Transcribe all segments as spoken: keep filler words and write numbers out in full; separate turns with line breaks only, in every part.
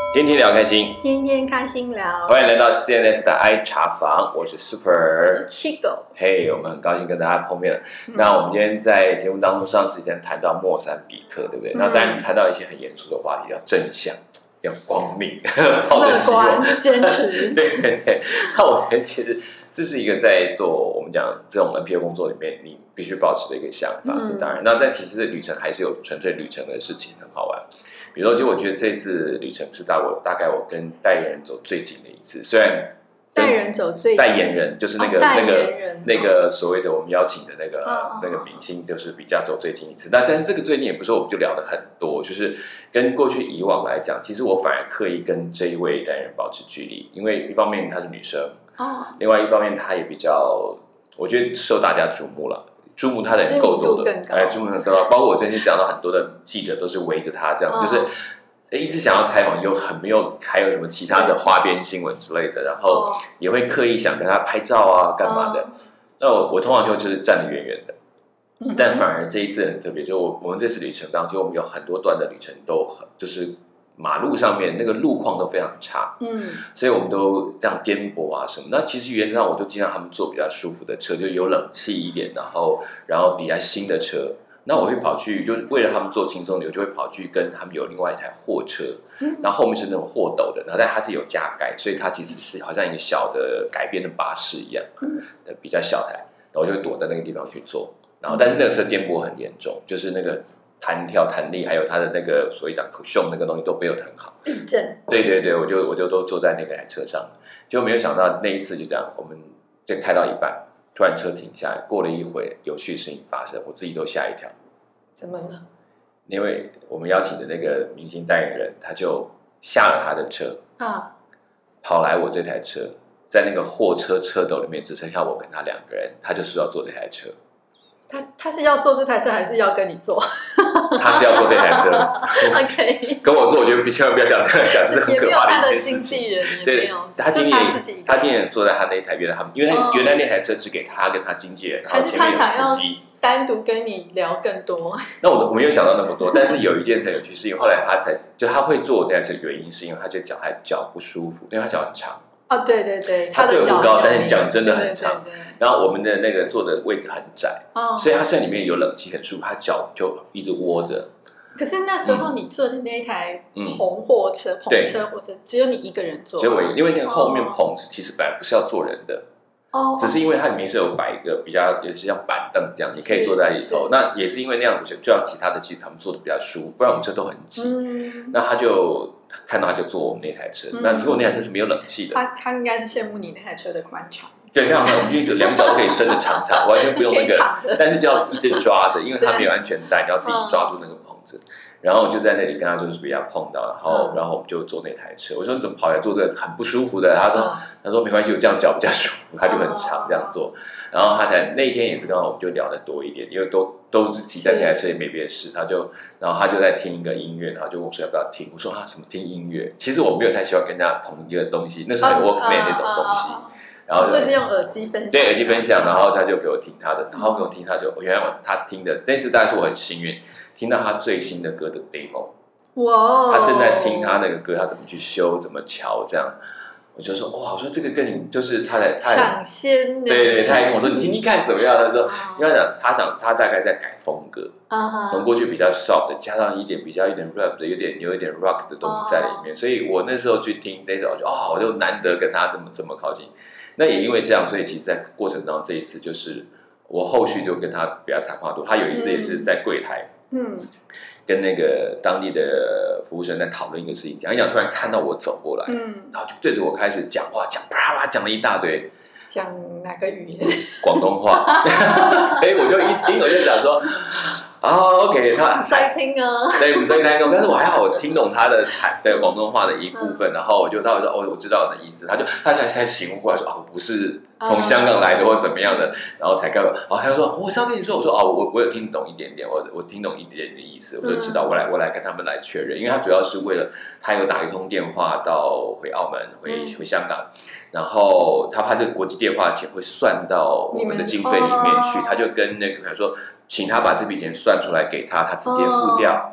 天天聊开心，
天天开心聊。
欢迎来到 C N S 的 I 茶房，我是 Super，
我是 Chigo。
嘿、hey, 我们很高兴跟大家碰面了。嗯、那我们今天在节目当中，上次前谈到莫桑比克，对不对？嗯、那当然谈到一些很严肃的话题，要正向，要光明，抱着希望，
坚持。
对对对。那我觉得其实这是一个在做我们讲这种 N P O 工作里面，你必须保持的一个想法。这、嗯、当然，那但其实旅程还是有纯粹旅程的事情，很好玩。比如说，就我觉得这次旅程是大我大概我跟代言人走最近的一次，虽然
代言人走最近，
代言人就是那个、
哦、
那个、
哦、
那个所谓的我们邀请的那个、
哦、
那个明星，就是比较走最近一次。但但是这个最近也不是我们就聊得很多，就是跟过去以往来讲，其实我反而刻意跟这一位代言人保持距离，因为一方面她是女生，哦、另外一方面她也比较，我觉得受大家瞩目了。注目他的人够多的，哎，注目很高，包括我最近讲到很多的记者都是围着他这样，哦、就是一直想要采访，又很没有，还有什么其他的花边新闻之类的，然后也会刻意想跟他拍照啊，干嘛的。哦、那我我通常就就是站得远远的，嗯、但反而这一次很特别，就我我们这次旅程当中，我们有很多段的旅程都很就是。马路上面那个路况都非常差，嗯，所以我们都这样颠簸啊什么。那其实原则上我都尽量他们坐比较舒服的车，就有冷气一点，然后然后比较新的车。那我会跑去，就是为了他们坐轻松的，我就会跑去跟他们有另外一台货车，嗯、然后后面是那种货斗的，然后但它是有加盖，所以它其实是好像一个小的改编的巴士一样，的比较小台，然后我就会躲在那个地方去坐。然后但是那个车颠簸很严重，就是那个。弹跳弹力，还有它的那个所谓讲 cushion 那个东西都没有很好。
避震。对
对对，我就我就都坐在那个台车上，结果没有想到那一次就这样，我们就开到一半，突然车停下来，过了一会，有趣的事情发生，我自己都吓一跳。
怎么了？
因为我们邀请的那个明星代言人，他就下了他的车啊，跑来我这台车，在那个货车车斗里面只剩下我跟他两个人，他就是要坐这台车。
他他是要坐这台车，还是要跟你坐？
他是要坐这台车。
OK，
跟我坐，我觉得千万不要想这样想，这是很可怕的一件事情。
也没有他的经纪人，也没有。
他经纪人，他经纪人坐在他那一台，原来他们，因为他原来那台车只给他跟他经纪人，然后前面有司机。
单独跟你聊更多。
那我我没有想到那么多，但是有一件很有趣，是因为后来他才就他会坐那台车，原因是因为他就脚还脚不舒服，因为他脚很长。
哦，对对对，
他
的脚
不高，但是脚真的很长。
对对对对，
然后我们的那个坐的位置很窄，哦、所以他虽然里面有冷气很舒服，他脚就一直窝着。
可是那时候你坐的那一台篷货车、篷、嗯、车货车，只有你一个人坐。
只有我，因为那个后面篷其实本来不是要坐人的。哦，只是因为它里面是有摆一个比较也是像板凳这样，你可以坐在里头。那也是因为那样，就要其他的其实他们坐的比较舒服，不然我们车都很挤。嗯、那他就看到他就坐我们那台车，嗯、那因为我那台车是没有冷气的。
他他应该是羡慕你那台车的宽敞。
对，非常好，我们就两脚都可以伸的长长，完全不用那个，但是就要一直抓着，因为它没有安全带，你要自己抓住那个棚子。然后就在那里跟他就是比较碰到，然后、嗯、然后我们就坐那台车。我说你怎么跑来坐这个很不舒服的？他说、嗯、他说没关系，我这样脚比较舒服，他就很长这样坐。然后他才那一天也是刚好我们就聊得多一点，因为都都是挤在那台车也没别的事，他就然后他就在听一个音乐，然后就问我说要不要听？我说啊什么听音乐？其实我没有太喜欢跟人家同一个东西，那是很 Walkman 那种东西。
嗯嗯嗯然后所以是用耳机分享，
对耳机分享，然后他就给我听他的，然后给我听他就原来我他听的那次，大概是我很幸运听到他最新的歌的 demo， 哇，他正在听他那个歌，他怎么去修，怎么调这样。我就说哇，我说这个跟你就是他的他
抢先，
对对，他还跟我说你听听看怎么样？他说，因为他讲他想他大概在改风格，从过去比较 soft 的加上一点比较一点 rap 的，有点有一点 rock 的东西在里面，所以我那时候去听那首，我就哦，我就难得跟他这么这么靠近。那也因为这样，所以其实，在过程当中这一次就是我后续就跟他比较谈话多。他有一次也是在柜台，嗯，跟那个当地的服务生在讨论一个事情，讲一讲，突然看到我走过来，嗯，然后就对着我开始讲话，讲啪啪讲了一大堆。
讲哪个语言？
广东话。所以我就一听，我就想说。哦 ，OK， 他
不在听啊，
对，不在听，但是我还好，我听懂他的对广东话的一部分，嗯、然后我就到说，哦，我知道你的意思，他就他才才醒悟过来说，哦，我不是从香港来的、嗯、或怎么样的，然后才告诉我，哦，他就说，我是要跟你说，我说，哦，我我有听懂一点点，我我听懂一点点的意思，我就知道，我来我来跟他们来确认，因为他主要是为了他有打一通电话到回澳门回回香港。然后他怕这个国际电话钱会算到我们的经费里面去，他就跟那个他说，请他把这笔钱算出来给他，他直接付掉。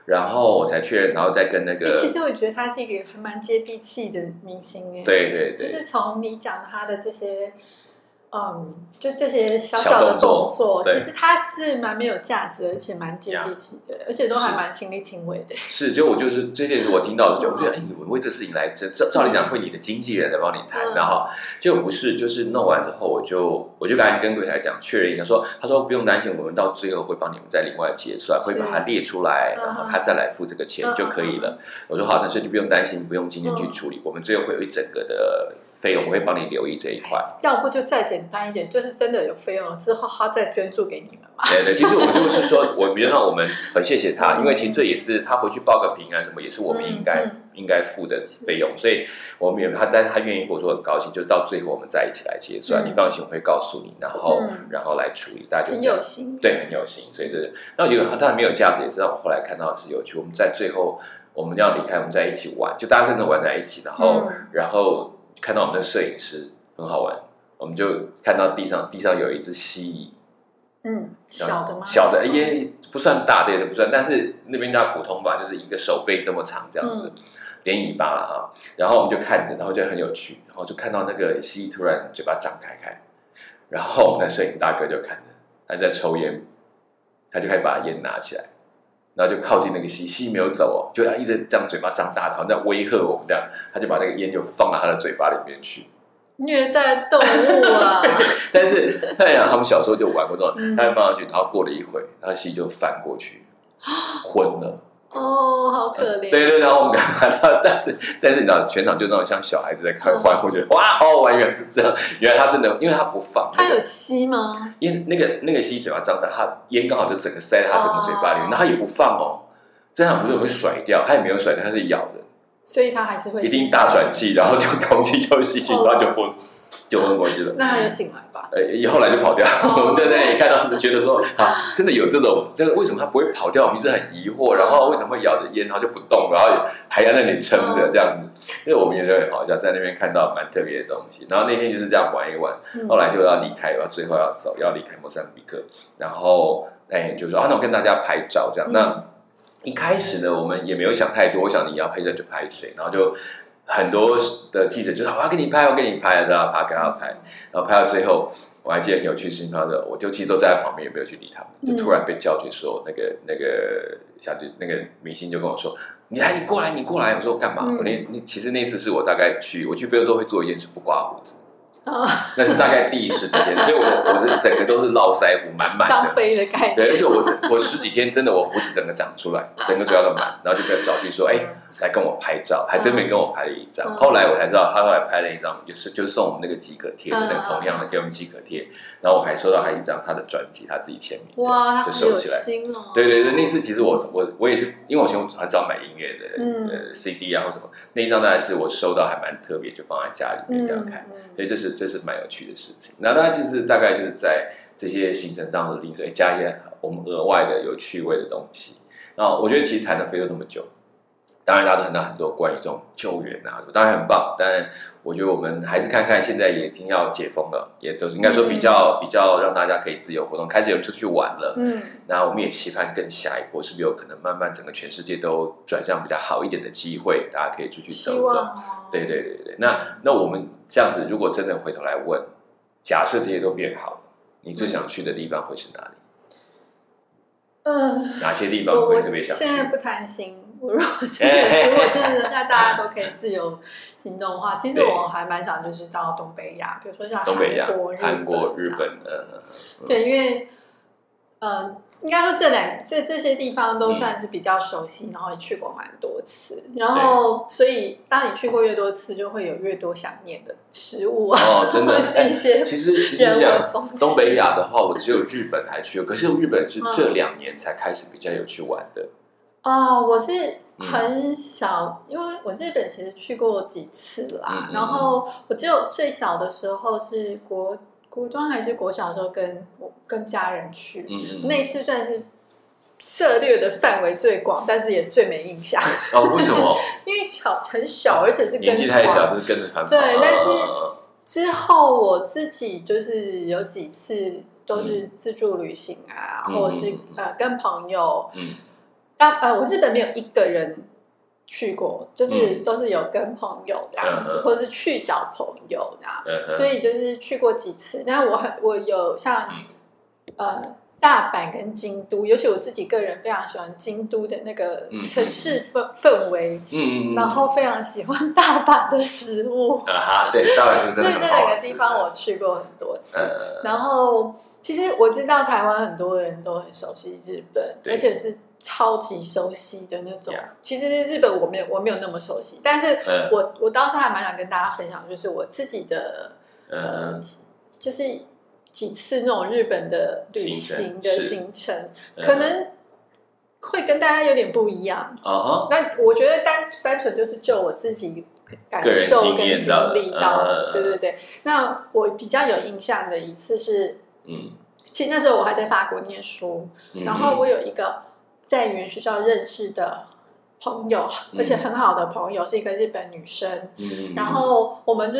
然后我才确认，然后再跟那个。
其实我觉得他是一个还蛮接地气的明星哎。
对对对，
就是从你讲他的这些。嗯，就这些小小的动作，其实它是蛮没有价值，而且蛮接地气的，而且都还蛮亲力亲为的。
是，就我就是这件事，我听到就我觉得，哎，你为这事情来争，照照理讲会你的经纪人来帮你谈，然后结果不是，就是弄完之后，我就我就赶紧跟柜台讲确认一下，说他说不用担心，我们到最后会帮你们再另外结算，会把它列出来，然后他再来付这个钱就可以了。我说好，那所以你不用担心，不用今天去处理，我们最后会有一整个的费用，我会帮你留意这一块。
要不就再简单一点，就是真的有费用了之后，他再捐助给你们嘛。
对对，其实我就是说，我原来我们很谢谢他，因为其实这也是他回去报个平安什么，也是我们应该、嗯、应该付的费用，所以我们也他，但是他愿意跟我说很高兴，就到最后我们再一起来结算，嗯、你放心，我会告诉你，然后、嗯、然后来处理，大家就
很有心，
对，很有心，所以这那我觉得他当然没有价值，也是让我后来看到的是有趣。我们在最后我们要离开，我们在一起玩，就大家真的玩在一起，然后、嗯、然后看到我们的摄影师很好玩。我们就看到地上，地上有一只蜥蜴，
嗯，小的吗？
小的也不算大，对的不算，但是那边叫普通吧，就是一个手背这么长这样子，嗯、连尾巴了哈。然后我们就看着，然后就很有趣，然后就看到那个蜥蜴突然嘴巴张开开，然后我们的摄影大哥就看着，他在抽烟，他就开始把烟拿起来，然后就靠近那个蜥蜴，蜥蜴没有走哦，就他一直这样嘴巴张大，好像在威吓我们这样，他就把那个烟就放到他的嘴巴里面去。
虐待动物啊！
但是太阳他们小时候就玩过这种，嗯、他就放上去，然后过了一会，然后蜥蜴就翻过去，昏了。
哦，好可怜。
对对，然后我们看到，但是但是你知道，全场就那种像小孩子在看欢呼，觉得哇，好好玩，原来是这样。原来他真的，因为他不放。
他有吸吗？
因为那个那个蜥蜴嘴巴张大，他烟刚好就整个塞在他整个嘴巴里面，然后他也不放哦。正常不是会甩掉，他也没有甩掉，他是咬人。
所以他还是会
一定大喘气，然后就空气就吸进，然后就昏，就昏过去了。
那他就醒来吧。
呃，后来就跑掉。哦、我们在那里看到是觉得说，啊，真的有这种，这个为什么他不会跑掉？我们一直很疑惑。然后为什么会咬着烟，然后就不动，然后还在那里撑着这样子？因为我们也觉得很好笑，在那边看到蛮特别的东西。然后那天就是这样玩一玩，后来就要离开，要最后要走，要离开莫桑比克。然后哎，就说啊，那我跟大家拍照这样。嗯、那一开始呢，我们也没有想太多，我想你要拍照就拍谁，然后就很多的记者就说我要跟你拍，我要跟你拍，都要拍，跟他拍，然后拍到最后，我还记得很有趣的事情，他说我就其实都在旁边，也没有去理他们，就突然被叫去说那个那个小姐那个明星就跟我说，你来，你过来，你过来，我说我干嘛？嗯、我那那其实那次是我大概去我去非洲都会做一件事，不刮胡子。哦、那是大概第十几天，所以我我的整个都是络腮胡满满的，
张飞的概念。
对，而且我我十几天真的我胡子整个长出来，整个嘴巴都满，然后就被找去说，哎、欸，来跟我拍照，还真没跟我拍了一张。嗯、后来我才知道，他后来拍了一张，也是就是送我们那个即可贴的那个同样的给我们即可贴，然后我还收到他一张他的专辑，他自己签名，
哇，
就收起来。
哦、
对对对，那次其实我我我也是，因为我以前很少买音乐的、嗯、呃 C D 啊或什么，那一张大概是我收到还蛮特别，就放在家里面这样看，嗯、所以这是这是蛮有趣的事情。那当然就是大概就是在这些行程当中零碎加一些我们额外的有趣味的东西。那我觉得其实谈了非洲那么久，当然大家都谈到很多关于这种救援啊，当然很棒。但我觉得我们还是看看，现在也已经要解封了，也都是应该说比较、嗯、比较让大家可以自由活动，开始有人出去玩了。嗯，那我们也期盼更下一波，是不是有可能慢慢整个全世界都转向比较好一点的机会，大家可以出去走走。对对对对，那那我们这样子，如果真的回头来问，假设这些都变好了，你最想去的地方会是哪里？
嗯、呃，
哪些地方会特别想去？
现在不贪心。如果真的，如果真的让大家都可以自由行动的话，其实我还蛮想就是到东北亚，比如说像
东北亚、韩
国、
日本的。
对，因为呃，应该说这两这这些地方都算是比较熟悉，嗯、然后也去过蛮多次，然后所以当你去过越多次，就会有越多想念的食物啊。
哦，真的，
一些
其实其实讲东北亚的话，我只有日本还去过，可是日本是这两年才开始比较有去玩的。
哦，我是很小，嗯、因为我日本其实去过几次啦。嗯、然后我只有最小的时候是国国中还是国小的时候跟我跟家人去，嗯嗯那一次算是涉猎的范围最广，但是也最没印象。
哦，为什么？
因为小很小，而且是跟
年纪太小，就是跟着团跑。
对，但是之后我自己就是有几次都是自助旅行啊，嗯、或者是呃跟朋友。嗯。 大呃，我日本没有一个人去过，就是都是有跟朋友这样子，嗯、或者是去找朋友这样，嗯、所以就是去过几次。那我很我有像、嗯、呃。大阪跟京都，尤其我自己个人非常喜欢京都的那个城市氛氛围，嗯，然后非常喜欢大阪的食物，
啊哈，对，大阪是真的很好吃。
所以这两个地方我去过很多次。嗯、然后其实我知道台湾很多人都很熟悉日本，而且是超级熟悉的那种。其实日本我没有我没有那么熟悉，但是我、嗯、我倒是还蛮想跟大家分享，就是我自己的、嗯、呃，就是。几次那种日本的旅行的行程，可能会跟大家有点不一样。Uh-huh. 但我觉得单单纯就是就我自己感受跟经历到的，对对对。那我比较有印象的一次是，嗯，其实那时候我还在法国念书，嗯、然后我有一个在语言学校认识的朋友，嗯、而且很好的朋友，是一个日本女生。嗯、然后我们就是。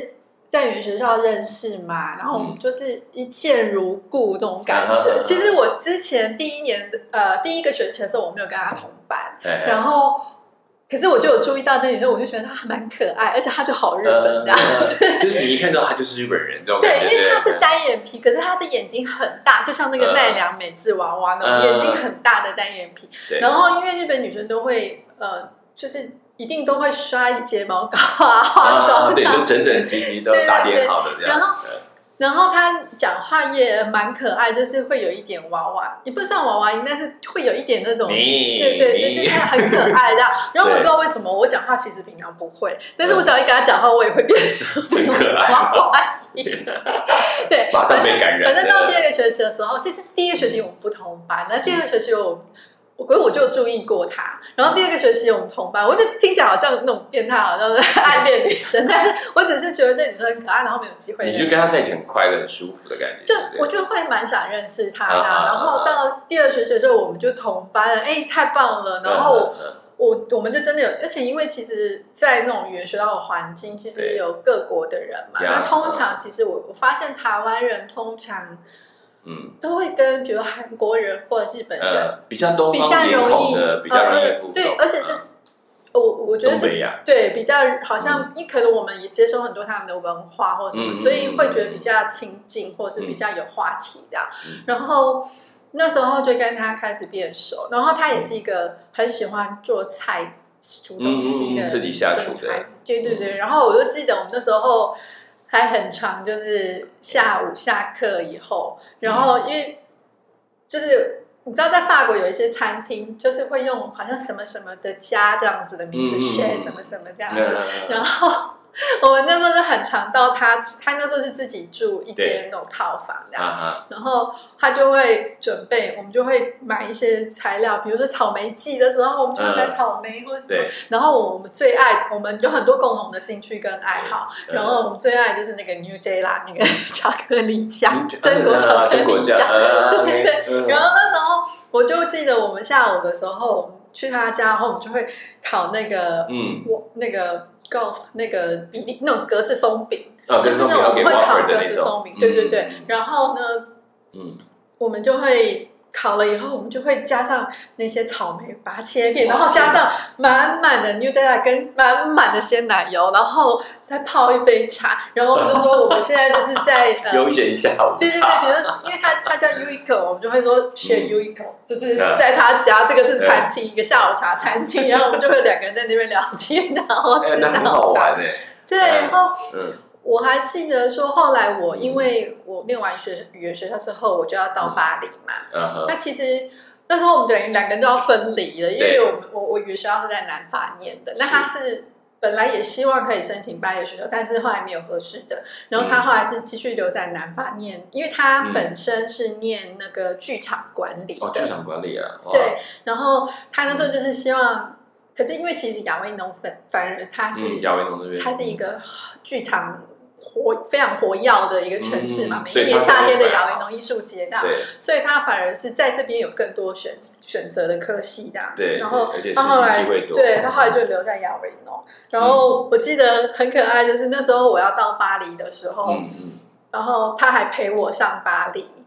在语言学校认识嘛，然后我们就是一见如故这种感觉。嗯、其实我之前第一年呃第一个学期的时候，我没有跟他同班，嘿嘿然后可是我就有注意到这女生，我就觉得她还蛮可爱，而且她就好日本这样子、
嗯，就是你一看到她就是日本人这种感觉。
对，因为她是单眼皮，可是她的眼睛很大，就像那个奈良美智娃娃那种、嗯、眼睛很大的单眼皮。然后因为日本女生都会呃就是。一定都会刷睫毛膏啊，化妆、啊，
对，就整整齐齐都打点好的这样。
然后，然后他讲话也蛮可爱，就是会有一点娃娃，也不算娃娃音，但是会有一点那种，对对，就是他很可爱这样。然后我不知道为什么我讲话其实平常不会，但是我只要一跟他讲话，我也会变
很可爱
娃娃音。对，
马上被感染。
反正到第二个学期的时候，其实第一个学期我们不同班，那第二个学期我。我可是我就注意过他，然后第二个学期我们同班，我就听起来好像那种变态，好像是暗恋女生，但是我只是觉得这女生很可爱，然后没有机会。
你就跟她在一起很快乐、很舒服的感觉。
就我就会蛮想认识她的，啊、然后到第二学期的时候我们就同班了，哎，太棒了！然后我、嗯、我我们就真的有，而且因为其实，在那种语言学校的环境，其实有各国的人嘛，那通常其实我我发现台湾人通常。嗯，都会跟比如韩国人或者日本人、呃、
比较东方脸孔的比较容易互动、呃、
对，而且是、嗯、我我觉得是对比较好像，因为可能我们也接收很多他们的文化或什么、嗯，所以会觉得比较亲近，或是比较有话题的、嗯。然后那时候就跟他开始变熟，然后他也是一个很喜欢做菜、煮东西的、
嗯、自己下厨的，
对对对。然后我就记得我们那时候。还很长，就是下午下课以后，然后因为就是你知道，在法国有一些餐厅，就是会用好像什么什么的家这样子的名字，写、嗯、什么什么这样子，嗯、然后我们那时候就很常到他，他那时候是自己住一间那种套房这样，然后他就会准备，我们就会买一些材料，比如说草莓季的时候，我们就会买草莓或者什么，然后我们最爱，我们有很多共同的兴趣跟爱好，然后我们最爱就是那个 Nutella 那个巧克力酱，榛果巧克力酱，对对对，然后那时候我就记得我们下午的时候，我们去他家，然后我们就会烤那个，嗯，我那个。golf 那个比例那种格子松饼、
哦，
就是那种会烤格子松饼，对对对、嗯。然后呢，嗯，我们就会烤了以后，我们就会加上那些草莓，把它切片，然后加上满满的 Nutella 跟满满的鲜奶油，然后再泡一杯茶。然后我们就说我们现在就是在呃
悠闲下午茶。
对对对，比如说因为他他叫 Uiko， 我们就会说学 Uiko，、嗯、就是在他家，这个是餐厅、嗯，一个下午茶餐厅，然后我们就会两个人在那边聊天，然后吃下午茶。
欸、
对，然后嗯。我还记得说，后来我因为我念完学语言学校之后，我就要到巴黎嘛。嗯、那其实那时候我们等于两个人就要分离了，因为我们我我语言学校是在南法念的，那他是本来也希望可以申请巴黎学校，但是后来没有合适的。然后他后来是继续留在南法念，因为他本身是念那个剧场管理的。
哦，剧场管理啊。
对，然后他那时候就是希望。可是因为其实亚维农反反而它是
亚维农那边，
它是一个剧场活非常活跃的一个城市嘛，嗯、每一年夏天的亚维农艺术节的，所以它反而是在这边有更多选选择的科系这样子。然后他后来对他后来就留在亚维农。然后我记得很可爱，就是那时候我要到巴黎的时候，嗯、然后他还陪我上巴黎。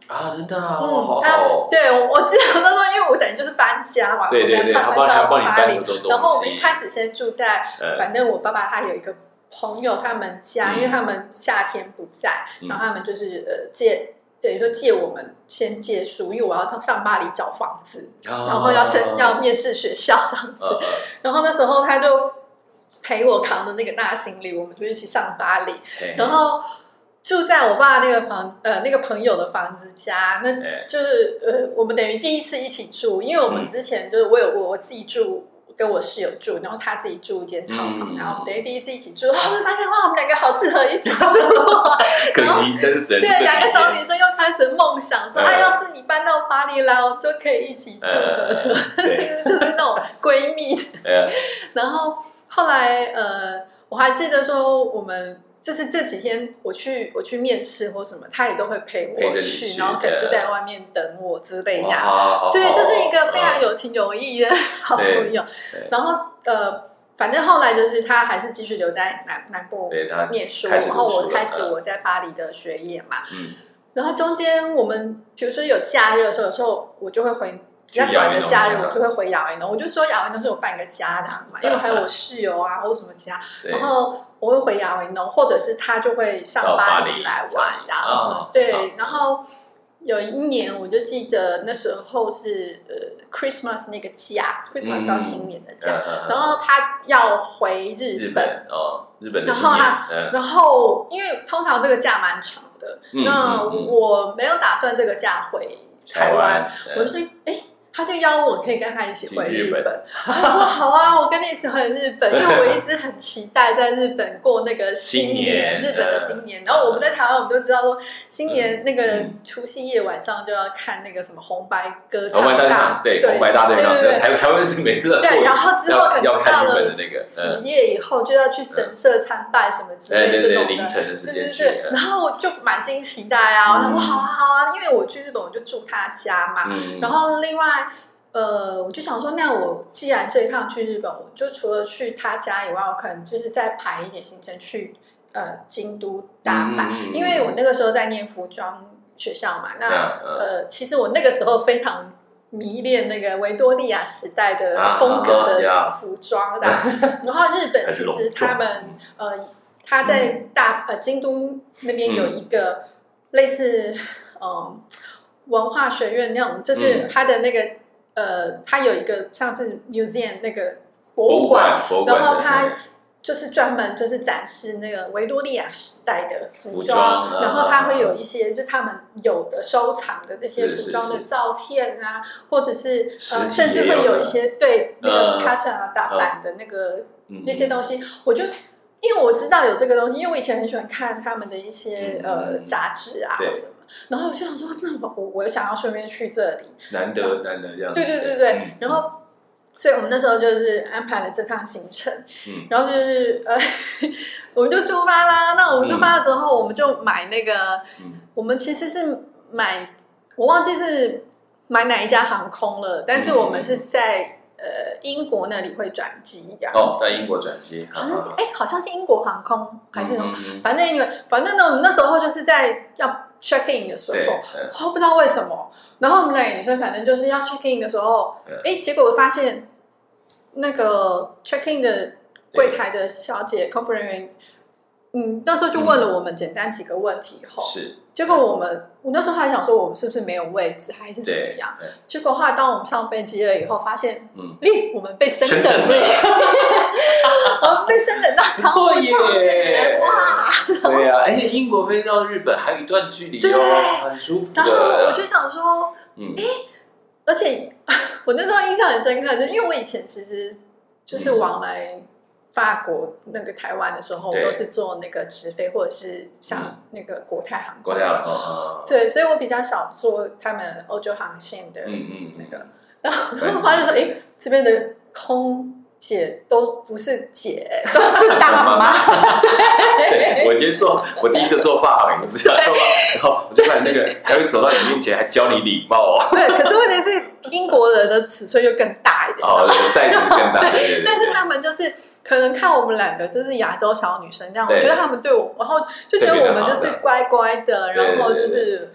啊，真的啊，
嗯，
好
他
好。
对我我记得那时候，因为我等于就是搬家嘛，
对对对，他帮他帮你搬很多东西。
然后我们一开始先住在，反正我爸爸他有一个朋友他们家，因为他们夏天不在，然后他们就是呃借。等于说借我们先借书，因为我要上巴黎找房子，哦、然后要升要面试学校这样子。哦、然后那时候他就陪我扛着那个大行李，我们就一起上巴黎。然后住在我爸那个房呃那个朋友的房子家，那就是呃我们等于第一次一起住，因为我们之前就是我有我我自己住。跟我室友住，然后他自己住一间套房，嗯、然后我们等于第一次一起住，我们发现哇，我们两个好适合一起住。
可惜，但是对
两个小女生又开始梦想说，哎、嗯，要是你搬到巴黎来，我们就可以一起住什么什么，就是那种闺蜜。然后后来呃，我还记得说我们。就是这几天我去我去面试或什么，他也都会陪我去，然后可能就在外面等我之类的。对，就是一个非常有情有义的好朋友。然后呃，反正后来就是他还是继续留在南南部念书，然后我开始我在巴黎的学业嘛。嗯。然后中间我们比如说有假日的时候，有时候我就会回。比较短的假日，我就会回亚维农。我就说亚维农是我半个家的嘛，因为还有我室友啊，或什么其他。然后我会回亚维农，或者是他就会上巴黎来玩这样子。对，然后有一年我就记得那时候是呃 Christmas 那个假 ，Christmas 到新年的假，然后他要回日本
哦，日本的
新年。然后他，然后因为通常这个假蛮长的，那我没有打算这个假回台湾，我就说哎。他就邀我可以跟他一起回日本，我说好啊，我跟你一起回日本，因为我一直很期待在日本过那个新年，日本的新年。然后我们在台湾，我们就知道说新年那个除夕夜晚上就要看那个什么红白歌唱大，
对红白大对抗，台台湾是每次
对，然后之后可能到了子夜以后就要去神社参拜什么之类的这种的，
凌晨的时间去。
然后我就满心期待啊，我说好啊好啊，因为我去日本我就住他家嘛，然后另外。呃，我就想说，那我既然这一趟去日本，我就除了去他家以外，我可能就是再排一点行程去呃京都、大阪，嗯、因为我那个时候在念服装学校嘛。那、嗯、呃，其实我那个时候非常迷恋那个维多利亚时代的风格的服装的。啊啊、然后日本其实他们呃，他在大呃京都那边有一个类似嗯、呃、文化学院那种，就是他的那个。呃，它有一个像是 museum 那个博物馆，然后它就是专门就是展示那个维多利亚时代的服装，然后它会有一些就是他们有的收藏的这些服装的照片啊，或者是呃，甚至会有一些对那个 pattern 啊打版的那个那些东西，我就。因为我知道有这个东西，因为我以前很喜欢看他们的一些、嗯、呃杂志啊或什么，然后我就想说，那我我想要顺便去这里，
难得难得这样子，
对对对对，嗯、然后所以我们那时候就是安排了这趟行程，嗯、然后就是呃，我们就出发啦。那我们出发的时候，我们就买那个，嗯、我们其实是买，我忘记是买哪一家航空了，但是我们是在。呃，英国那里会转机这样子。
哦，在英国转机，
好像是哎，好像是英国航空还是什么，嗯、反正因为反正呢，我们那时候就是在要 check in 的时候，我不知道为什么，然后我们两个女生反正就是要 check in 的时候，哎，结果我发现那个 check in 的柜台的小姐空服人员，嗯，那时候就问了我们简单几个问题以后，
是。
结果我们，我那时候还想说，我们是不是没有位置，还是怎么样？结果后来当我们上飞机了以后，发现，嗯，咦，我们被升等了，我们被升等到商务舱耶！哇，
对呀，而且英国飞到日本还有一段距离哦，很舒服的。
然后我就想说，嗯，哎，而且我那时候印象很深刻，就因为我以前其实就是往来。法国那个台湾的时候，我都是坐那个直飞，或者是像那个国泰航空。
国泰航空。
对，所以我比较少坐他们欧洲航线的那个。嗯嗯、然后我发现说，哎，这边的空姐都不是姐，都是大妈。
对，我今天坐，我第一次坐法航，你知道吗？然后我就看那个，还会走到你面前，还教你礼貌哦。
对，可是问题是英国人的尺寸又更大一点。
哦，size 更大。对对。
但是他们就是。可能看我们两个就是亚洲小女生这样，我觉得他们对我，然后就觉得我们就是乖乖的，然后就是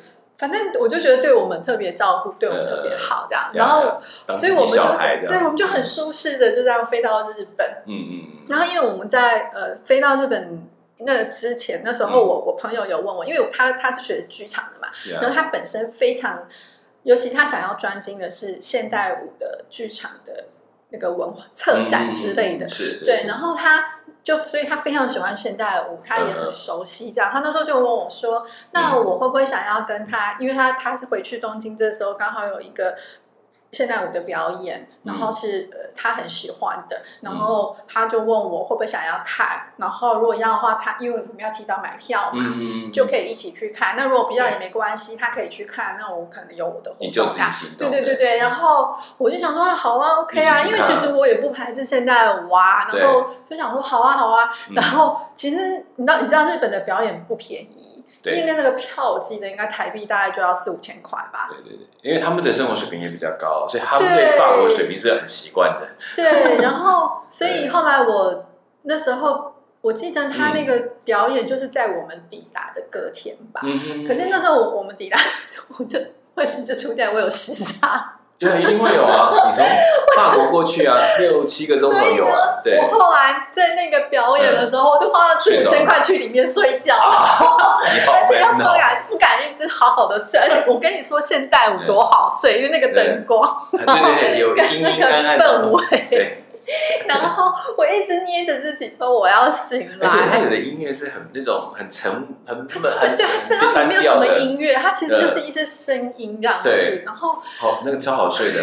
反正我就觉得对我们特别照顾，对我们特别好这样，然后所以我们就对我们就很舒适的就这样飞到日本。嗯嗯嗯。然后因为我们在呃飞到日本那之前，那时候我、嗯、我朋友有问我，因为他他是学剧场的嘛，然后他本身非常，尤其他想要专精的是现代舞的剧场的那个文化策展之类的，嗯、
是
对，然后他。就所以他非常喜欢现代舞，他也很熟悉这样。他那时候就问我说：“那我会不会想要跟他？因为他他是回去东京这时候刚好有一个现代舞的表演，然后是、呃、他很喜欢的，然后他就问我会不会想要看。然后如果要的话，他因为我们要提早买票嘛，嗯、就可以一起去看。那如果不要也没关系，他可以去看。那我可能有我的活动啊，对对对对。然后我就想说好啊 ，OK 啊，因为其实我也不排斥现代舞啊，然后就想说好啊好啊。然后其实你知道你知道日本的表演不便宜。因为那个票我记得应该台币大概就要四五千块吧。
对对对，因为他们的生活水平也比较高，所以他们对法国水平是很习惯的。
对，然后所以后来我那时候我记得他那个表演就是在我们抵达的隔天吧。嗯、可是那时候我我们抵达，我就位置就出现我有时差。
对，一定会有啊！你从法国过去啊，六七个钟头有啊。对，
我后来在那个表演的时候，嗯、我就花了四五千块去里面睡觉，
啊、
而且又不敢不敢一直好好的睡。而且我跟你说，现代舞多好睡，因为那个灯光，
对对，有
跟那个氛围。然后我一直捏着自己说我要醒来，
而且他有的音乐是很那种很沉很很
很对，他基本上没有什么音乐，他其实就是一些声音这样子。然后
好那个超好睡的，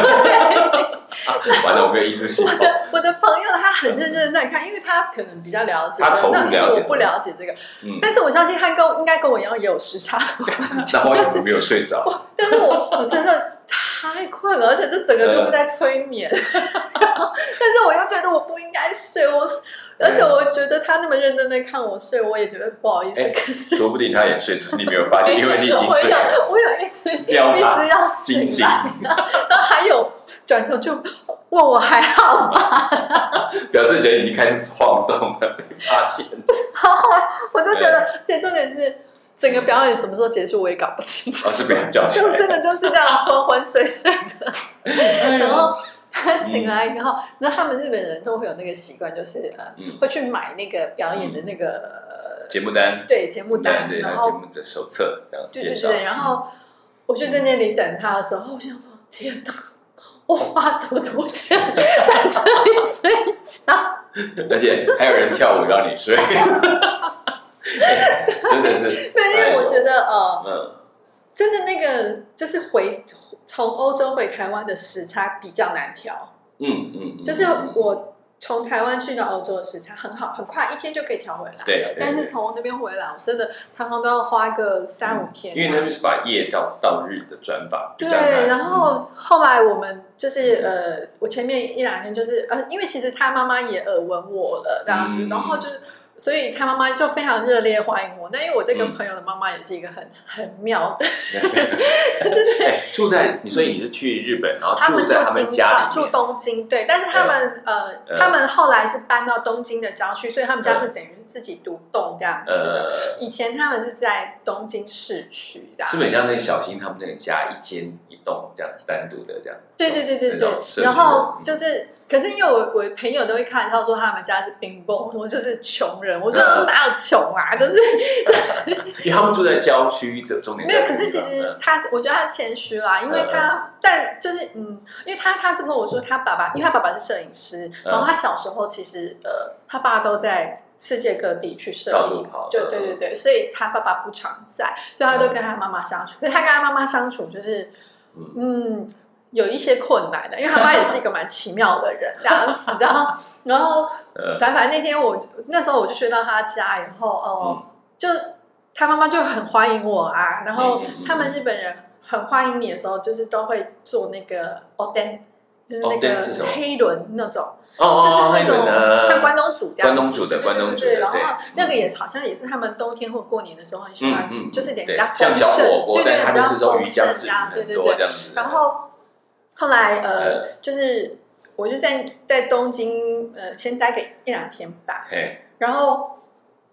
完了我没有艺术细胞。
我的朋友他很认真的在看，因为他可能比较了解，
他投入了解，
我不了解这个。嗯、但是我相信他跟应该跟我一样也有时差。
那为什么没有睡着？
但是我我真的太困了，而且这整个就是在催眠。但是我又觉得我不应该睡，我而且我觉得他那么认真的看我睡，我也觉得不好意思。可是
说不定他也睡，只是你没有发现，因为你已经睡了。
我有一直一直要醒来，然后还有转头就问我还好吗？
表示人已经开始晃动了，被发现。
然后我就觉得，这重点是。整个表演什么时候结束我也搞不清楚，
哦、是被他叫起来，
就真的就是这样昏昏睡睡的。然后他醒来以后，嗯、然后他们日本人都会有那个习惯，就是呃、嗯、会去买那个表演的那个
节目单，
对节目单，
对，然后节目的手册，这样
对对对。然后我就在那里等他的时候，我想说：天哪，我花这么多钱在这里睡觉，
而且还有人跳舞让你睡。真的是，
对，因为我觉得呃，嗯、真的那个就是回从欧洲回台湾的时差比较难调。嗯嗯，就是我从台湾去到欧洲的时差很好，很快一天就可以调回来了。
对，对对，
但是从那边回来，我真的常常都要花个三五天、啊嗯。
因为那边是把夜到到日的转法。
对，然后后来我们就是呃，我前面一两天就是呃，因为其实他妈妈也耳闻我了这样子，嗯、然后就是。所以他妈妈就非常热烈欢迎我。那因为我这个朋友的妈妈也是一个很很妙的，就是
欸、住在你，所以你是去日本，然后住在他们家里面，
住东京，对。但是他们、欸、呃，呃，他们后来是搬到东京的郊区，所以他们家是等于是自己独栋这样子的。呃、以前他们是在东京市区的，
是不是像那个小新他们那个家一间一栋这样单独的这样？
对对对对对。然后就是。可是因为我我朋友都会开玩笑说他们家是冰崩，我就是穷人。我说哪有穷啊，就是
因为他们住在郊区，就重点
没有。可是其实他，我觉得他谦虚啦，因为他，但就是嗯，因为他他是跟我说他爸爸，因为他爸爸是摄影师，然后他小时候其实呃，他爸都在世界各地去摄影，就对对对，所以他爸爸不常在，所以他都跟他妈妈相处。可是他跟他妈妈相处就是嗯。有一些困难的，因为他妈也是一个蛮奇妙的人，这样子。然后，然后，反正那天我那时候我就去到他家以后，哦，嗯、就他妈妈就很欢迎我啊。然后他们日本人很欢迎你的时候，就是都会做那个 oden， 就是那个黑轮那种，
哦、
就是那种像关东煮这样子。
关东煮的，关东煮的。
然后那个也好像也是他们冬天或过年的时候很喜欢，嗯、就是点比较
丰盛，
对对，比较丰盛
啊，
对对对。然后。后来呃，就是我就在在东京呃，先待个一两天吧。然后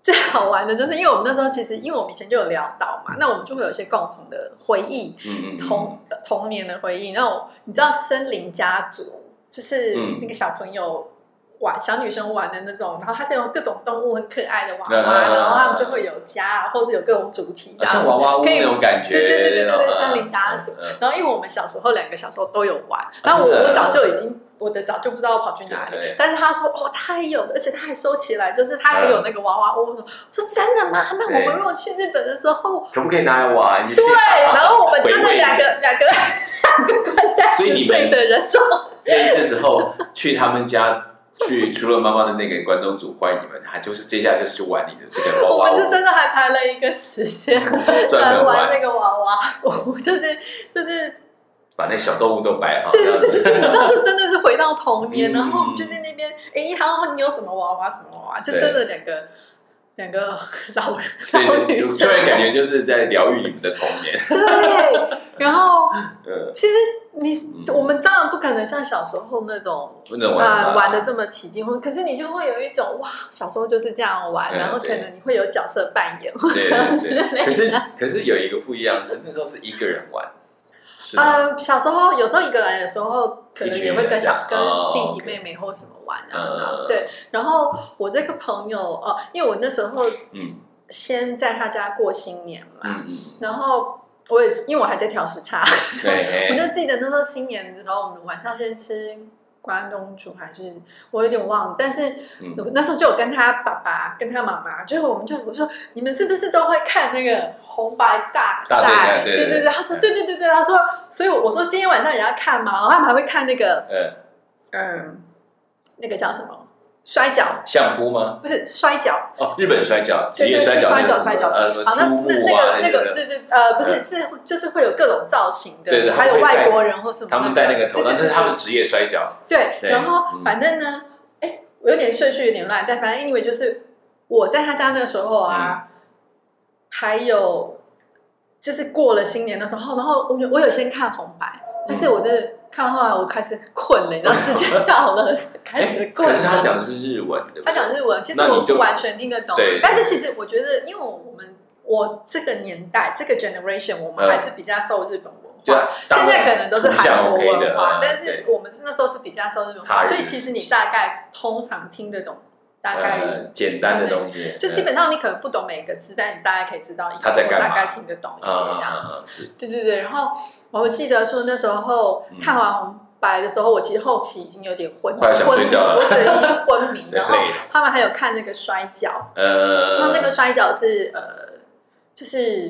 最好玩的就是因为我们那时候其实因为我们以前就有聊到嘛，那我们就会有一些共同的回忆，嗯嗯嗯童童年的回忆。然后你知道森林家族就是那个小朋友玩小女生玩的那种，然后它是有各种动物很可爱的娃娃，啊、然后他们就会有家，或是有各种主题，
啊、像娃娃屋那种感觉，
对对对对对对，森林家族。嗯、然后因为我们小时候两个小时候都有玩，然后我我早就已经。我的早就不知道跑去哪里，但是他说哦，他还有的，而且他还收起来，就是他还有那个娃娃屋。我说说真的吗？那我们如果去日本的时候，
可不可以拿来玩？
对，然后我们真的两个两个两个快三十岁的人，
那那时候去他们家。去除了妈妈的那个关东煮欢迎你们，还就是接下来就是去玩你的这个娃娃屋。
我们就真的还排了一个时间来玩那个娃娃屋，就是就是。
把那小动物都摆好，
对对对对，然后就真的是回到童年，嗯、然后我们就在那边，哎，然后你有什么娃娃什么娃娃，就真的两个两个老老女生，
突然感觉就是在疗愈你们的童年。
对，然后其实你、嗯、我们当然不可能像小时候那种啊、呃、玩的这么起劲，可是你就会有一种哇，小时候就是这样玩，嗯、然后可能你会有角色扮演或者之类的。
可是可是有一个不一样是，那时候是一个人玩。
呃，小时候有时候一个人的时候，可能也会跟小跟弟弟妹妹或什么玩啊，哦、对。然后我这个朋友哦、呃，因为我那时候嗯，先在他家过新年嘛，嗯、然后我也因为我还在调时差，我就记得那时候新年的时候，我们晚上先吃关东煮还是我有点忘了，但是、嗯、那时候就有跟他爸爸跟他妈妈，就是我们就我说你们是不是都会看那个红白大赛？对对 对, 对, 对, 对，他说对对对对，他说，所以我说今天晚上也要看嘛，然后他们还会看那个嗯嗯那个叫什么？摔跤
相扑吗？
不是摔跤
哦，日本摔跤，职业
摔跤，
摔
跤摔跤。
呃，
好，那那那个那个，对对，呃，不是，是就是会有各种造型的，对对，还有外国人或什么，
他们戴那个头，但是他们职业摔跤。
对，然后反正呢，哎，我有点顺序有点乱，但反正因为就是我在他家那个时候啊，还有就是过了新年的时候，然后我我有先看红白，但是我的。看后来我开始困了，你知道时间到了，开始困了。
可是他讲的是日文，对不对？
他讲日文，其实我不完全听得懂。但是其实我觉得，因为我们我这个年代这个 generation， 我们还是比较受日本文化。嗯、现在可能都是韩国文化，但是我们那时候是比较受日本文化，所以其实你大概通常听得懂。大概、
呃、简单的东西，
就基本上你可能不懂每个字，但你大概可以知道意思，
他在干嘛，
大概听得懂一些这样子。
啊、
对对对，然后我记得说那时候看完红白的时候，我其实后期已经有点昏昏迷，我整个人昏迷。然后他们还有看那个摔跤，呃，然后那个摔跤是呃，就是。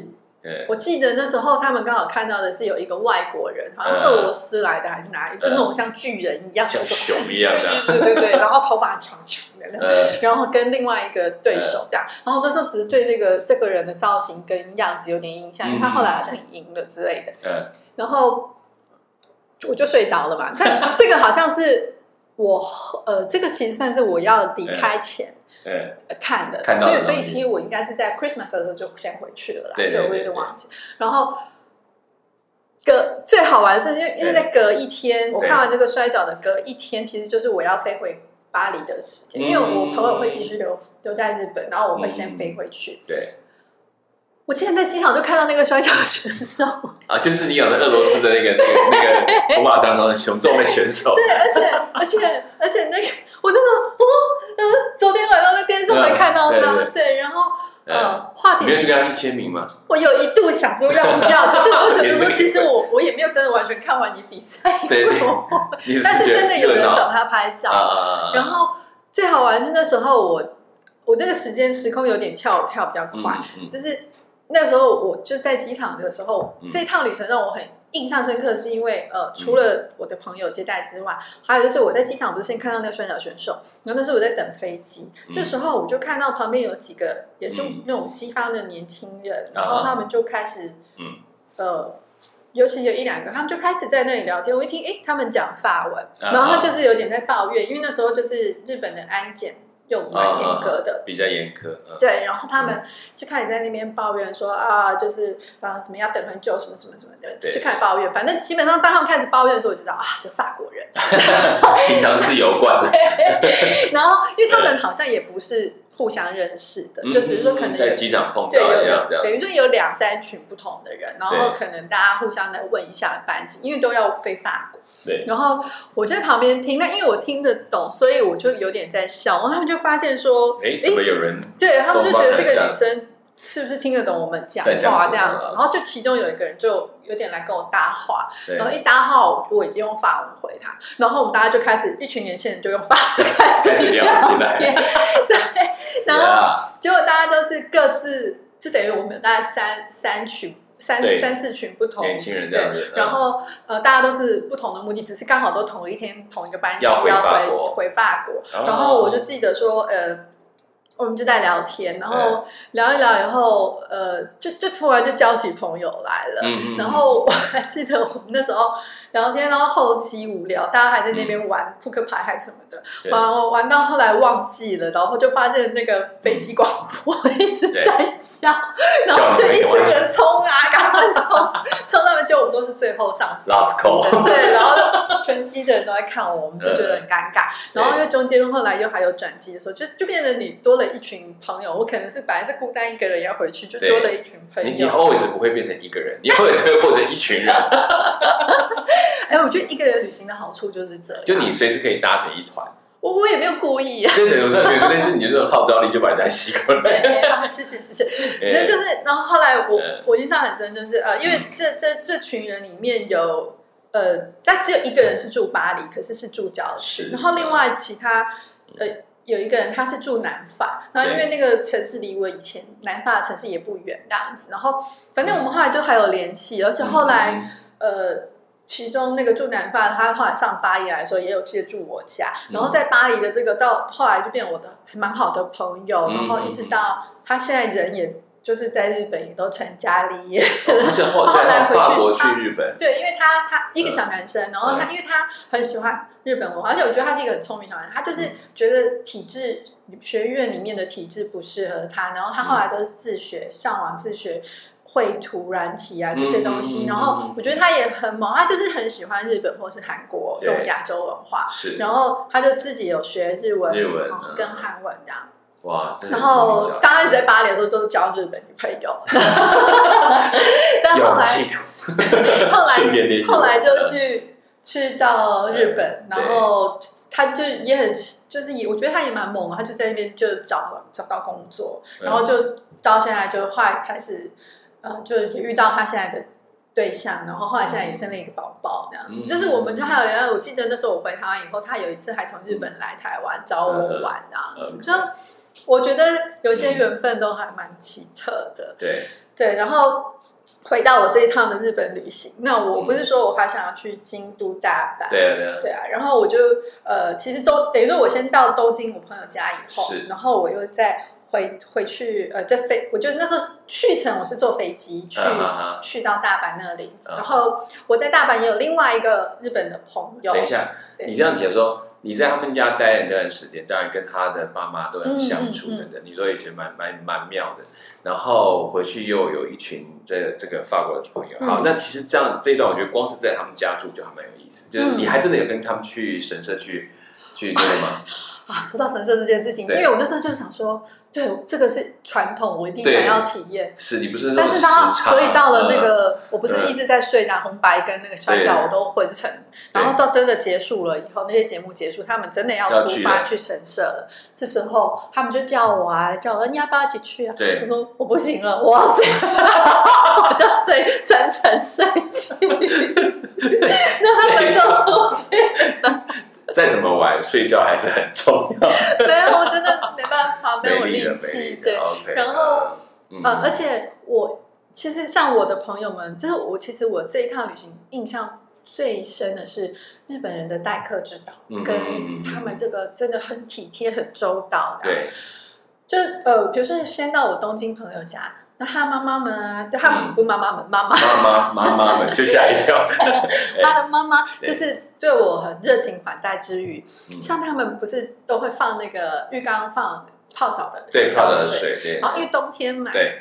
我记得那时候他们刚好看到的是有一个外国人，好像俄罗斯来的还是哪里，嗯、就那种像巨人一样，
像熊一样的，
对对对对，然后头发长长的，嗯、然后跟另外一个对手这样，然后那时候只是对这个这个人的造型跟样子有点印象，因为他后来好像赢了之类的，嗯、然后我就睡着了嘛。但这个好像是我呃，这个其实算是我要离开前。
嗯，
看的，
看
所以所以其实我应该是在 Christmas 的时候就先回去了啦，所以我有点忘记。然后隔最好玩的是，因为因为在隔一天，我看完这个摔跤的隔一天，其实就是我要飞回巴黎的时间，因为我朋友会继续留留在日本，然后我会先飞回去。
嗯、对。
我竟然在机场就看到那个摔跤选手
啊，就是你讲的俄罗斯的那个那个那个头发长长的雄壮的选手。
对，而且而且而且那个我那时候哦呃，昨天晚上在电视上还看到他，嗯、对, 对, 对，然后呃，话题
你没有去跟他去签名吗？
我有一度想说要不要，可是我就觉得说，其实我我也没有真的完全看完你比赛，
对对，
但是真的有人找他拍照，啊、然后最好玩是那时候我我这个时间时空有点跳跳比较快，嗯嗯、就是。那时候我就在机场的时候，嗯、这一趟旅程让我很印象深刻，是因为呃，除了我的朋友接待之外，还有就是我在机场不是先看到那个摔跤选手，然后那时候我在等飞机，嗯、这时候我就看到旁边有几个也是那种西方的年轻人，嗯、然后他们就开始，嗯、呃，尤其有一两个，他们就开始在那里聊天。我一听，哎，他们讲法文，然后他就是有点在抱怨，因为那时候就是日本的安检。又蛮严格的，
啊、比较严苛。嗯、
对，然后他们就开始在那边抱怨说啊，就是啊，怎么样等很久，什么什么什么的，就开始抱怨。反正基本上当他们开始抱怨的时候，我就知道啊，这法国人，
平常是油罐的。
然后因因为他们好像也不是互相认识的，就只是说可能
在机场碰到这样，
等于就有两三群不同的人，然后可能大家互相来问一下班机，因为都要飞法国。
对，
然后我就在旁边听，那因为我听得懂，所以我就有点在笑。然后他们就发现说，
哎，怎么有人？
对他们就觉得这个女生是不是听得懂我们讲话这样子？然后就其中有一个人就有点来跟我搭话，然后一搭话我我已经用法文回他，然后我们大家就开始一群年轻人就用法文开始
聊起来，
对，然后结果大家都是各自就等于我们有大概三三群。三三四群不同
年轻人这样子，
对，然后呃，大家都是不同的目的，只是刚好都同一天同一个班机
要回
法国，回法国。
哦、
然后我就记得说，呃，我们就在聊天，然后聊一聊以后，呃，就就突然就交起朋友来了。嗯、然后我还记得我们那时候聊天，然后后期无聊，大家还在那边玩扑克牌还是什么的，玩玩到后来忘记了，然后就发现那个飞机广播一直在叫，然后就一群人冲啊，赶快冲，冲他们就我们都是最后上
last call，
对，然后全机的人都在看我，我们就觉得很尴尬。然后因为中间后来又还有转机的时候，就就变成你多了一群朋友，我可能是本来是孤单一个人要回去，就多了一群朋友。
你你 always 不会变成一个人，你 always 会或者一群人。
哎，我觉得一个人旅行的好处就是这样，
就你随时可以搭成一团。
我我也没有故意、啊，
对对，有时候觉得，但是你这种号召力就把人家吸过来。
对，谢谢谢谢。那就是，然后后来我我印象很深，就是呃，因为这这这群人里面有呃，但只有一个人是住巴黎，可是是住郊区，然后另外其他呃。有一个人他是住南法，然后因为那个城市离我以前南法的城市也不远这样子，然后反正我们后来就还有联系，而且后来、嗯、呃，其中那个住南法的他后来上巴黎来的时候也有借住我家，然后在巴黎的这个到后来就变我的蛮好的朋友，然后一直到他现在人也。就是在日本也都成家立业，
哦、后, 后来回去法国去日本，
对，因为他他一个小男生，然后他、嗯、因为他很喜欢日本文化，而且我觉得他是一个很聪明小男生，他就是觉得体制学院里面的体制不适合他，然后他后来都是自学，上网自学绘图软体啊这些东西，嗯、然后我觉得他也很猛，他就是很喜欢日本或是韩国这种亚洲文化，然后他就自己有学日文、
日文、
嗯、跟韩文这样。
哇！
然后刚开始在巴黎的时候都是交日本女朋友，但后来后来后来就去去到日本，然后他就也很就是也我觉得他也蛮猛的，他就在那边就找找到工作，然后就到现在就后来开始呃就也遇到他现在的对象，然后后来现在也生了一个宝宝，这样子、嗯、就是我们就还有聊。我记得那时候我回台湾以后，他有一次还从日本来台湾找我玩，这样子、嗯、就。我觉得有些缘分都还蛮奇特的，
对
对。然后回到我这一趟的日本旅行，那我不是说我还想要去京都、大阪，
对啊对啊，
对啊。然后我就呃，其实周等于说我先到东京我朋友家以后，然后我又再回回去呃，在飞，我就那时候去程我是坐飞机去、uh-huh. 去到大阪那里， uh-huh. 然后我在大阪也有另外一个日本的朋友。
等一下，你这样解说。你在他们家待的这段时间，当然跟他的爸妈都很相处等等、嗯嗯嗯，你都也觉得蛮蛮蛮妙的。然后回去又有一群这这个法国的朋友，好，嗯、那其实这样这一段，我觉得光是在他们家住就还蛮有意思。就是你还真的有跟他们去神社去去那个吗？
啊，说到神社这件事情，因为我那时候就想说，对，这个是传统，我一定想要体验。
是你不是？
但是到所以到了那个、嗯，我不是一直在睡拿红白跟那个摔跤，我都昏沉。然后到真的结束了以后，那些节目结束，他们真的要出发去神社了。这时候他们就叫我啊，叫我你要不要一起去啊？我说我不行了，我要睡觉，我就睡整整睡去。那他们就出去了。
再怎么玩，睡觉还是很重要。
没有，我真的没办法，没有力气。对，
okay,
然后、嗯、呃，而且我其实像我的朋友们，就是我其实我这一趟旅行印象最深的是日本人的待客之道，嗯、跟他们这个真的很体贴、很周到的。
对，
就呃，比如说先到我东京朋友家。那他妈妈们啊，对他们、嗯、不妈妈们，妈妈
妈妈妈妈们就吓一跳。
他的妈妈就是对我很热情款待之余，像他们不是都会放那个浴缸放泡澡的
对泡澡的水，对。
然后因为冬天嘛，
对，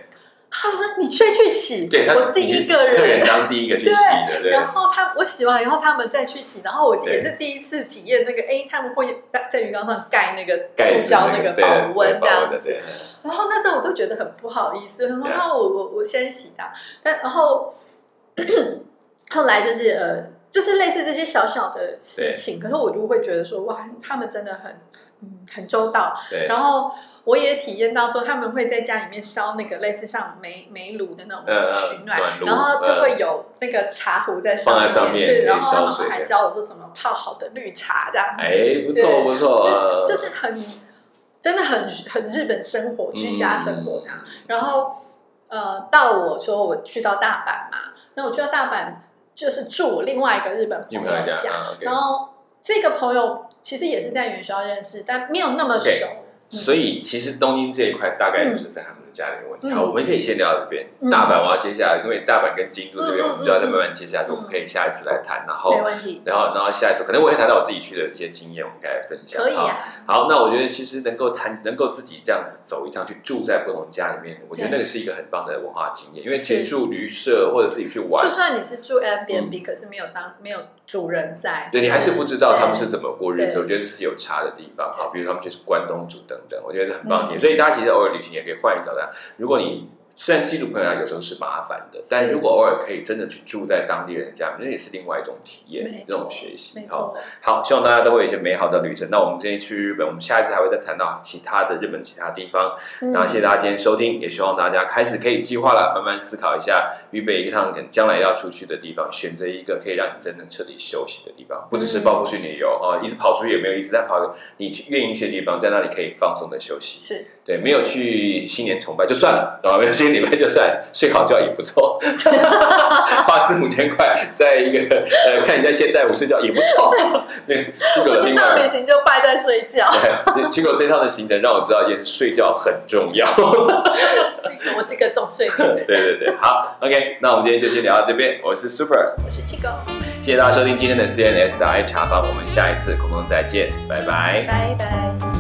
他说你先去洗，
对，
我第一个人，
客人当第一个去洗的，对。
然后他我洗完以后，他们再去洗，然后我也是第一次体验那个，哎，他们会在鱼缸上盖那个塑胶那个保温这样子。然后那时候我都觉得很不好意思，然后我我我先洗的，但然后后来就是呃，就是类似这些小小的事情，可是我就会觉得说，哇，他们真的很嗯很周到，然后。我也体验到说他们会在家里面烧那个类似像煤煤炉的那种取暖，呃、然后就会有那个茶壶在上面，
上面
对，然后他们还教我说怎么泡好的绿茶这样子，
哎，不错不错，
就就是很真的很很日本生活居家生活这样。嗯、然后呃，到我说我去到大阪嘛，那我去到大阪就是住我另外一个日本朋友家，啊 okay、然后这个朋友其实也是在元宵认识，但没有那么熟。Okay.
所以其实东京这一块大概就是在他们的家里的问题。嗯、好，我们可以先聊到这边。嗯、大阪我要接下来，因为大阪跟京都这边，我们就要再慢慢接下来，嗯、我们可以下一次来谈。然后，
没问题。
然后，然后下一次可能我会谈到我自己去的一些经验，我们可以来分享。
可以啊。
好，那我觉得其实能够参，能够自己这样子走一趟，去住在不同家里面，我觉得那个是一个很棒的文化经验。因为其实住旅社或者自己去玩，
就算你是住 Airbnb，、嗯、可是没有当没有主人在，
对你还是不知道他们是怎么过日子。我觉得是有差的地方。好，比如他们就是关东煮等等，我觉得是很棒。嗯、所以大家其实偶尔旅行也可以换一找的。如果你虽然基础朋友有时候是麻烦的，但如果偶尔可以真的去住在当地人家，那也是另外一种体验，这种学习。好，好，希望大家都会有一些美好的旅程。那我们今天去日本，我们下一次还会再谈到其他的日本其他地方。嗯、然后谢谢大家今天收听，也希望大家开始可以计划了，慢慢思考一下预备一趟将来要出去的地方，选择一个可以让你真正彻底休息的地方，不只是报复性旅游哦，一直跑出去也没有意思，再跑一个你愿意去的地方，在那里可以放松的休息。
是
对，没有去新年崇拜就算了，啊，没有新年礼拜就算了，睡好觉也不错，花四五千块在一个呃看你在现代舞睡觉也不错。对，
我这趟旅行就败在睡觉。
对，经过这趟的行程让我知道一件事，睡觉很重要。
我是一个重睡的人。
对对对，好 ，OK， 那我们今天就先聊到这边。我是 Super，
我是 Chico，
谢谢大家收听今天的 C N S 的 I 茶坊，我们下一次空中再见，拜拜，
拜拜。